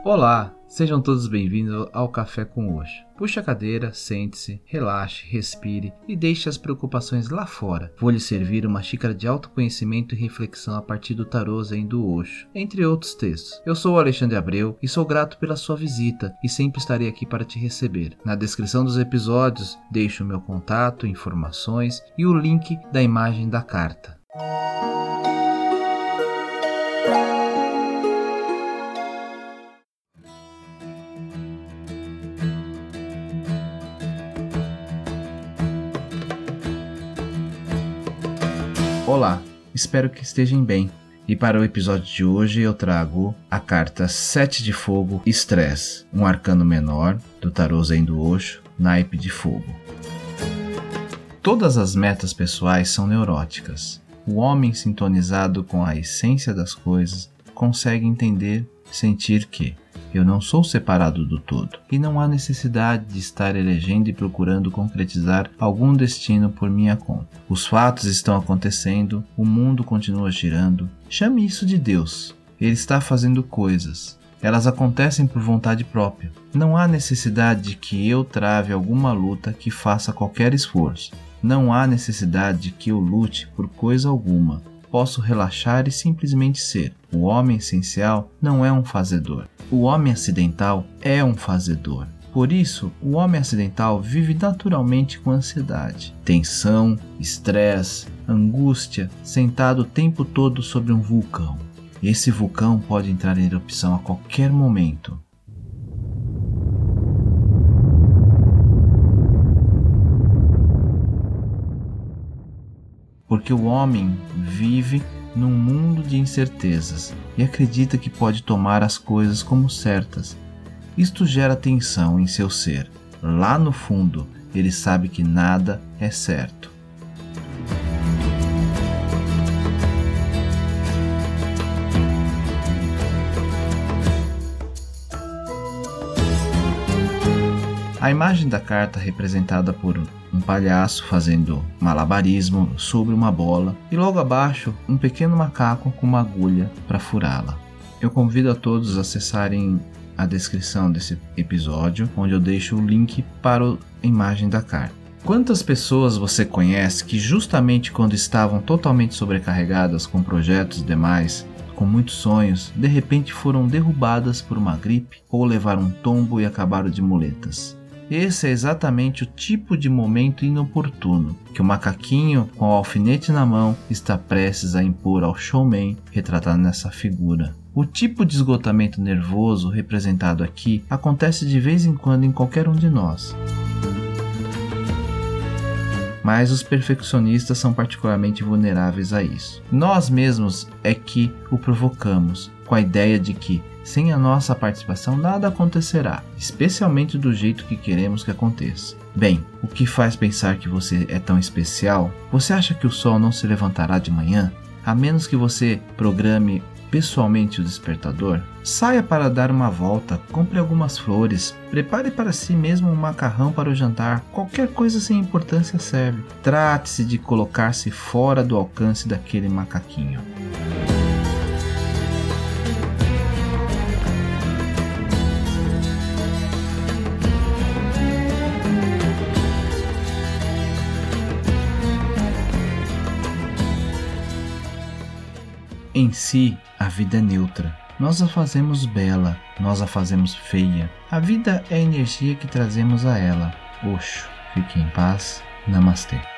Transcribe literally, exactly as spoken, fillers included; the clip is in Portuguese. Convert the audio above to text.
Olá, sejam todos bem-vindos ao Café com Osho. Puxe a cadeira, sente-se, relaxe, respire e deixe as preocupações lá fora. Vou lhe servir uma xícara de autoconhecimento e reflexão a partir do tarô Zen do Osho, entre outros textos. Eu sou o Alexandre Abreu e sou grato pela sua visita e sempre estarei aqui para te receber. Na descrição dos episódios deixo o meu contato, informações e o link da imagem da carta. Olá, espero que estejam bem. E para o episódio de hoje eu trago a carta sete de Fogo, Estresse, um arcano menor do tarô Zen do Osho, naipe de fogo. Todas as metas pessoais são neuróticas. O homem sintonizado com a essência das coisas consegue entender, sentir que eu não sou separado do todo, e não há necessidade de estar elegendo e procurando concretizar algum destino por minha conta. Os fatos estão acontecendo, o mundo continua girando. Chame isso de Deus. Ele está fazendo coisas. Elas acontecem por vontade própria. Não há necessidade de que eu trave alguma luta que faça qualquer esforço. Não há necessidade de que eu lute por coisa alguma. Posso relaxar e simplesmente ser. O homem essencial não é um fazedor. O homem acidental é um fazedor. Por isso, o homem acidental vive naturalmente com ansiedade, tensão, estresse, angústia, sentado o tempo todo sobre um vulcão. Esse vulcão pode entrar em erupção a qualquer momento. Porque o homem vive num mundo de incertezas e acredita que pode tomar as coisas como certas. Isto gera tensão em seu ser. Lá no fundo, ele sabe que nada é certo. A imagem da carta é representada por um palhaço fazendo malabarismo sobre uma bola e logo abaixo um pequeno macaco com uma agulha para furá-la. Eu convido a todos a acessarem a descrição desse episódio, onde eu deixo o link para a imagem da carta. Quantas pessoas você conhece que justamente quando estavam totalmente sobrecarregadas com projetos demais, com muitos sonhos, de repente foram derrubadas por uma gripe ou levaram um tombo e acabaram de muletas? Esse é exatamente o tipo de momento inoportuno que o macaquinho com o alfinete na mão está prestes a impor ao showman retratado nessa figura. O tipo de esgotamento nervoso representado aqui acontece de vez em quando em qualquer um de nós. Mas os perfeccionistas são particularmente vulneráveis a isso. Nós mesmos é que o provocamos, com a ideia de que, sem a nossa participação, nada acontecerá, especialmente do jeito que queremos que aconteça. Bem, o que faz pensar que você é tão especial? Você acha que o sol não se levantará de manhã? A menos que você programe pessoalmente o despertador? Saia para dar uma volta, compre algumas flores, prepare para si mesmo um macarrão para o jantar, qualquer coisa sem importância serve. Trate-se de colocar-se fora do alcance daquele macaquinho. Em si, a vida é neutra. Nós a fazemos bela, nós a fazemos feia. A vida é a energia que trazemos a ela. Osho, fique em paz. Namastê.